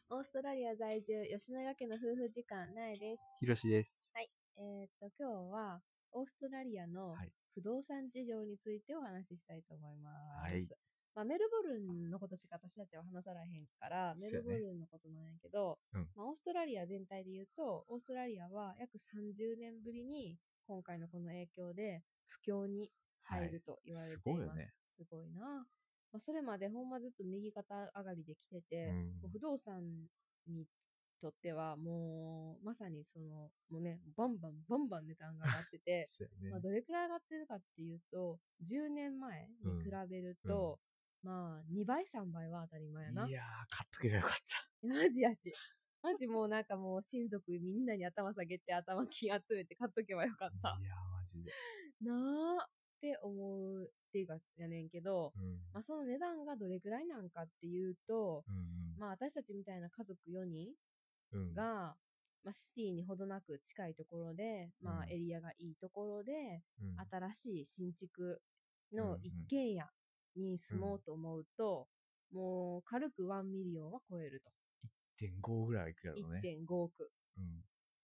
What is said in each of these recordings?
オーストラリア在住、吉永家の夫婦時間、なえです。 ひろしです。 はい。今日は、オーストラリアのはい。 不動産事情についてお話ししたいと思います。 はい。 メルボルンのことしか私たちは話さらへんから、メルボそうやね。 ルンのことなんやけど、 うん。 オーストラリア全体で言うと、オーストラリアは約30年ぶりに、今回のこの影響で、不況に入ると言われすています。 ごいよね。 すごいな。それまでほんまずっと右肩上がりで来てて、 うんもう不動産にとってはもうまさにもうね、バンバンバンバン値段が上がってて、 そうやね。 どれくらい上がってるかっていうと、10年前に比べるうん。 と、2倍3倍は当たり前やな。 いやー、買っとけばよかった。 マジやし。マジもうなんかもう親族みんなに頭下げて頭金集めて買っとけばよかった。 いやー、マジで。 なーって思うっていうかやねんけど、 うん。 その値段がどれくらいなんかっていうと、 うん私たちみたいな家族4人うん。 が、シティにほどなく近いところで、エリアがいいところで、 うん。 新しい新築の一うん軒家に住もううん。 と思うと、もう軽く1ミリオンは超えると。 1.5ぐらいいくやろうね。 1.5億。 うん。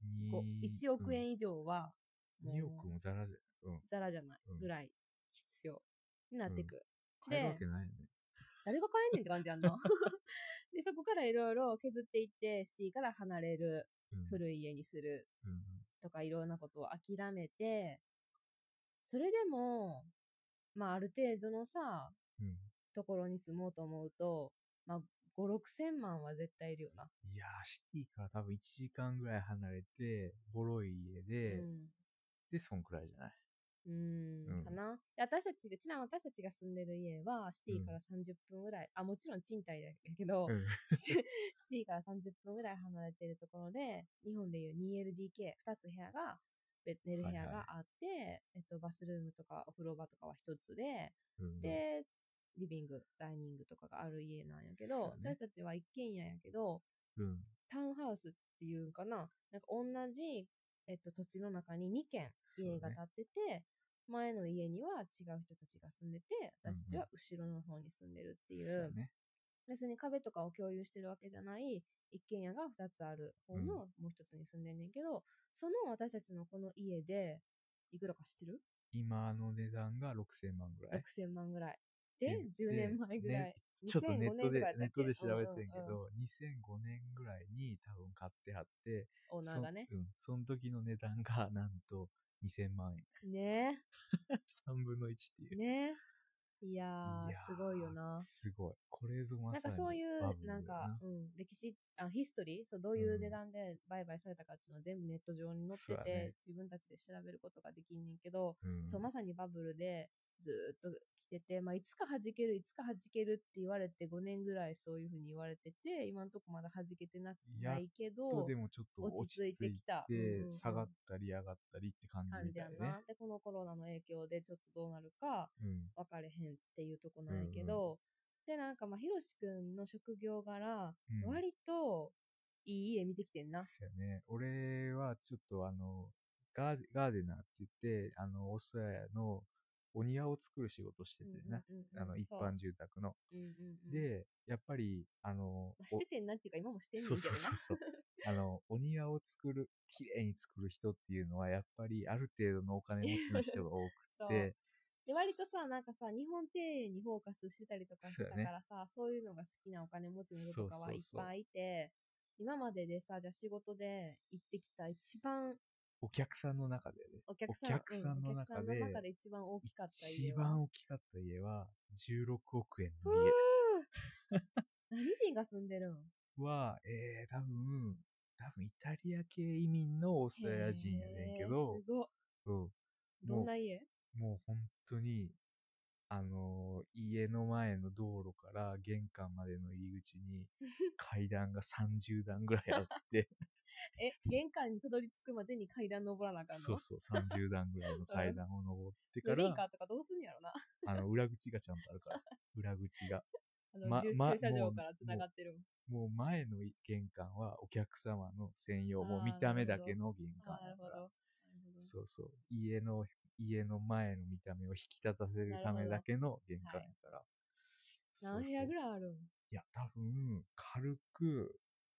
1億円以上は、 2億ももザラぜ。うん。 う、ザラじゃないうん。 ぐらい必要になってくる。 買えるわで、 けないよね。 誰が買えんねんって感じやんな。で、そこからいろいろ削っていって、シティから離れる、 うん。 古い家にするうん。 とかいろんなことを諦めて、それでも、ある程度のさ、 うん。 ところに住もうと思うと、5、6千万は絶対いるよな。 いやー、シティから多分1時間ぐらい離れて、ボロい家うで、 ん。 で、そんくらいじゃない。 かうん。 な。でちなみに私たちが住んでる家は、シティから30分ぐらい、もちろん賃貸だけど、 うん。 シティから30分ぐらい離れてるところで、日本でいう 2LDK、2つ部屋が、寝る部屋はいはい。 があって、バスルームとかお風呂場とかは1つで、 うん。 で、リビング、ダイニングとかがある家なんやけど、 そうやね。 私たちは一軒家やけど、 うん。 タウンハウスっていうんかな、なんか同じ、土地の中に2軒そうね。 家が建ってて、前の家には違う人たちが住んでて、 うん私たちは後ろの方に住んでるっていう、 そうやね。 別に壁とかを共有してるわけじゃない、一軒家が2つある方うん。 のもう一つに住んでんねんけど、その私たちのこの家で、いくらか知ってる？ 今の値段が6000万ぐらい。 6000 万ぐらい。で、10 で、 年前ぐらい。 ちょっと 2005年とかやったネットっけ？ で調べてんけうん。 ど、2005年ぐらいに多分買ってはって、 オーナーがね。 その時の値段がなんと2000万円。 ね 3分の1っていえ。 う。 ねえ。いやー、 いやー、 すごいよな。 すごい。これぞまなんかさにそういう、 バブルやな。 歴史、ヒストリー、そう、どういう値うん。 段で売買されたかっていうのは全部ネット上に載ってて、 そうやね。 自分たちで調べることができんねんけど、そう、 うん。 まさにバブルでずーっと来てて、いつか弾ける、いつか弾けるって言われて5年ぐらいそういう風に言われてて、今んとこまだ弾けてなやっいけとど、 でもちょっと落ち落ち着いて着いきた。 て、下がったり上がったりって感じみたいね。 感じやんな。で、このコロナの影響でちょっとどうなるかうん。 分かれへんっていうとこうんなんやけうん。 ど、で、なんかひろしくんの職業柄、 うん。 割といい家見てきてんな。 そうやね。俺はちょっとガーデナーって言って、オーストラリアのお庭を作る仕事しててね。一そ般住宅の。 う。うん。 で、やっぱり、 しててんなっていうか今もしてんそうねんけどな。 そうそうそう。お庭を綺麗に作る人っていうのは、やっぱりある程度のお金持ちの人が多くそう。 て、 で、割とさ、なんかさ、日本庭園にフォーカスしてたりとかしてそうやね。 たからさ、そういうのが好きなお金持ちの人そうとかはそうそう。 いっぱいいて、今まででさ、じゃあ仕事で行ってきた一番お客さんの中でね。お客さんのお客さんの中で、 中で一番大きかった一家は、 番大きかった家は、16億円ふの家ぅ何人が住んでるん？ は、多分イタリア系移民のオーストラリア人やねんけへー、 ど、 すご。 うん、もどんな家？ もう本当に、家の前の道路から玄関までの入り口に階段が30段ぐらいあって、 玄関にたどり着くまでに階段登らなあかんの？ そうそう、30段ぐらいの階段を登ってベビーから、 カーとかどうすんやろな。 裏口がちゃんとあるから。裏口が。 駐車場から繋がってるん。 もう前の玄関はお客様の専用、もう見ああ、なた目るほど。 だけの玄関なるだから。 ほど。 そうそう。家の前の見た目を引き立たせるためだなるほど。 けの玄はい。 関やから。そうそう。 何部屋ぐらいあるん？ いや、多分、軽く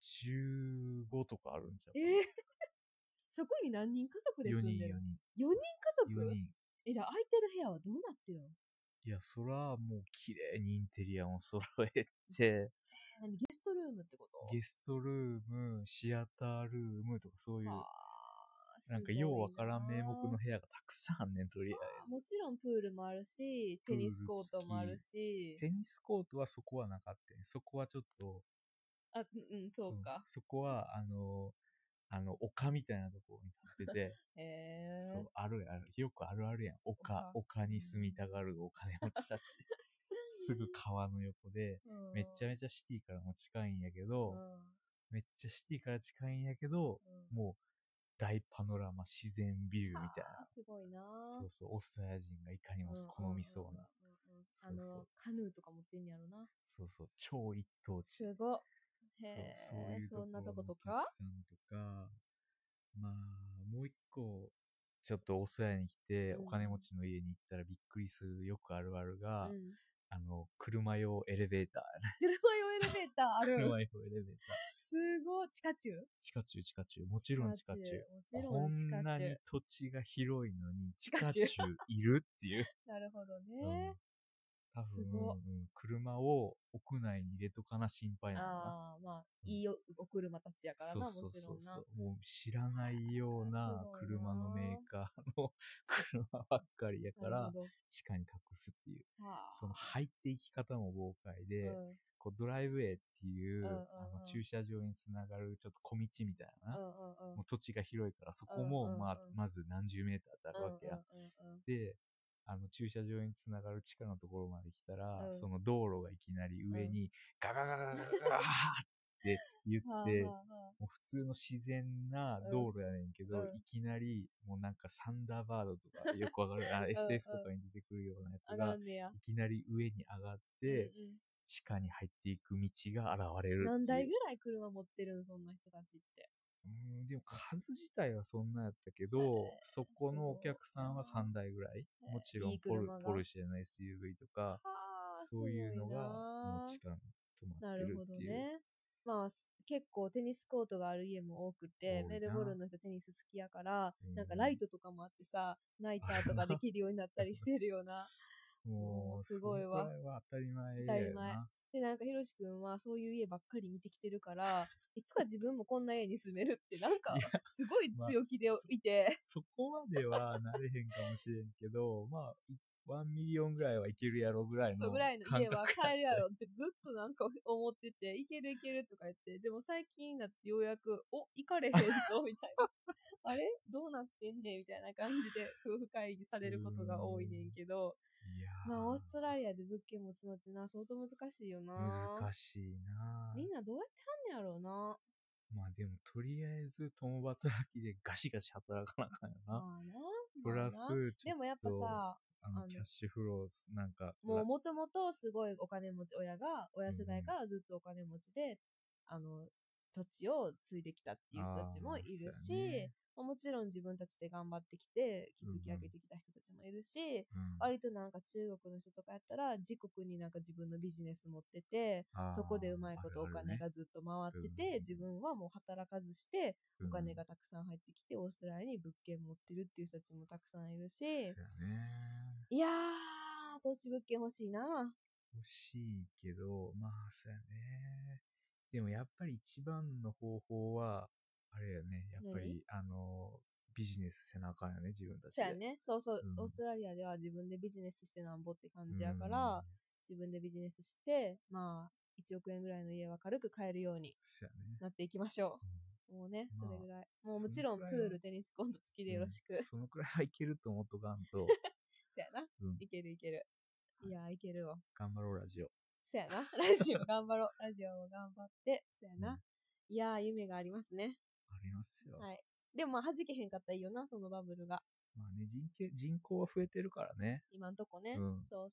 15とかあるんちゃうかそこに何人家族でな。4人、 住んでる 4人。 4人家族 4人。 じゃあ空いてる部屋はどうなってるの？ いや、そら、もう綺麗にインテリアも揃えて、 何ゲストルームってこと？ ゲストルーム、シアタールームとかそういう、なんかすごいようわからん名目の部屋がたくさんあんねん、とりあえず。 もちろんプールもあるし、テニスコートもあるし。 テニスコートはそこはなかったね。そこはちょっと、 そうか。 そこは、丘みたいなところに立ってて、そう、あるある。よくあるあるやん。丘に住みたがるお金持ちたち。すぐ川の横で、めっちゃめちゃシティからも近いんやけど、めっちゃシティから近いんやけど、もう大パノラマ自然ビューみたいな。 すごいな。 そうそう、オーストラリア人がいかにも好みそうな。 カヌーとか持ってんやろな。 そうそう、超一等地。 すごっ。 そういうところのお客さんとか、まあ、もう一個、ちょっとオーストラリアに来て、お金持ちの家に行ったらびっくりするよくあるあるが、車用エレベーターやね。 車用エレベーターある。 車用エレベーター。 すごい。地下駐。 もちろん地下駐。こんなに土地が広いのに地下駐いるっていう。 なるほどね。 多分、車を屋内に入れとかな心配なのな。 まあ、いいお車たちやからな、もちろんな。 もう知らないような車のメーカーの車ばっかりやから、地下に隠すっていう。その入っていき方も豪快で、ドライブウェイっていう、駐車場につながるちょっと小道みたいな、もう土地が広いから、そこもまず何十メーターってあるわけや。で、駐車場につながる地下のところまで来たら、その道路がいきなり上にガガガガガガガーって言って、もう普通の自然な道路やねんけど、いきなりもうなんかサンダーバードとかよくわかるSF とかに出てくるようなやつがいきなり上に上がって、地下に入っていく道が現れるっていう。 何台ぐらい車持ってるん、そんな人たちって。 でも数自体はそんなやったけど、そこのお客さんは3台ぐらい。もちろんポルシェの SUV とか、そういうのがもう地下に止まってるっていう。なるほどね。 まあ、結構テニスコートがある家も多くて、メルボルンの人テニス好きやから、なんかライトとかもあってさ、ナイターとかできるようになったりしてるような。もうすごいわ。 それは当たり前やよな。 で、なんかひろしくんはそういう家ばっかり見てきてるから、いつか自分もこんな家に住めるってなんかすごい強気でいて。 そこまではなれへんかもしれんけど、まあ、1ミリオンぐらいはいけるやろぐらいの家は買えるやろってずっとなんか思ってて、いけるとか言って、でも最近になってようやく、行かれへんぞみたいな。あれどうなってんねんみたいな感じで夫婦会議されることが多いねんけど、まあオーストラリアで物件持つのってな、相当難しいよな。 難しいな。 みんなどうやってはんねやろうな。 まあでもとりあえず共働きでガシガシ働かなあかんよな。プラスちょっと、 でもやっぱさ、 キャッシュフローなんかもともとすごいお金持ち、親世代からずっとお金持ちで、土地を継いできたっていう人たちもいるし、もちろん自分たちで頑張ってきて築き上げてきた人たちもいるし、割となんか中国の人とかやったら自国になんか自分のビジネス持ってて、そこでうまいことお金がずっと回ってて、自分はもう働かずしてお金がたくさん入ってきて、オーストラリアに物件持ってるっていう人たちもたくさんいるし、いやー、投資物件欲しいな。 欲しいけど、まあ、そうやね。でもやっぱり一番の方法は、あれやね、やっぱり、ビジネスせなあかんよね、自分たちで。 そうやね。そうそう、オーストラリアでは自分でビジネスしてなんぼって感じやから、自分でビジネスして、まあ、1億円ぐらいの家は軽く買えるようになっていきましょう。もうね、それぐらい。もうもちろんプール、テニスコート付きでよろしく。 そのくらいはいけると思っとかんと。 そやな。いける。いや、いけるわ。 頑張ろう、ラジオ。 そやな。ラジオ頑張ろう。ラジオも頑張って。そやな。いや、夢がありますね。 ありますよ。 はい。でもまあ、弾けへんかったらいいよな、そのバブルが。 まあね、人口は増えてるからね。 今んとこね、そう、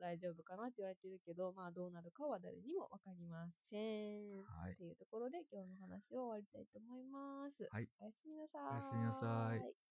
大丈夫かなって言われてるけど、まあどうなるかは誰にもわかりません。はい。っていうところで今日の話を終わりたいと思います。はい。おやすみなさーい。 おやすみなさい。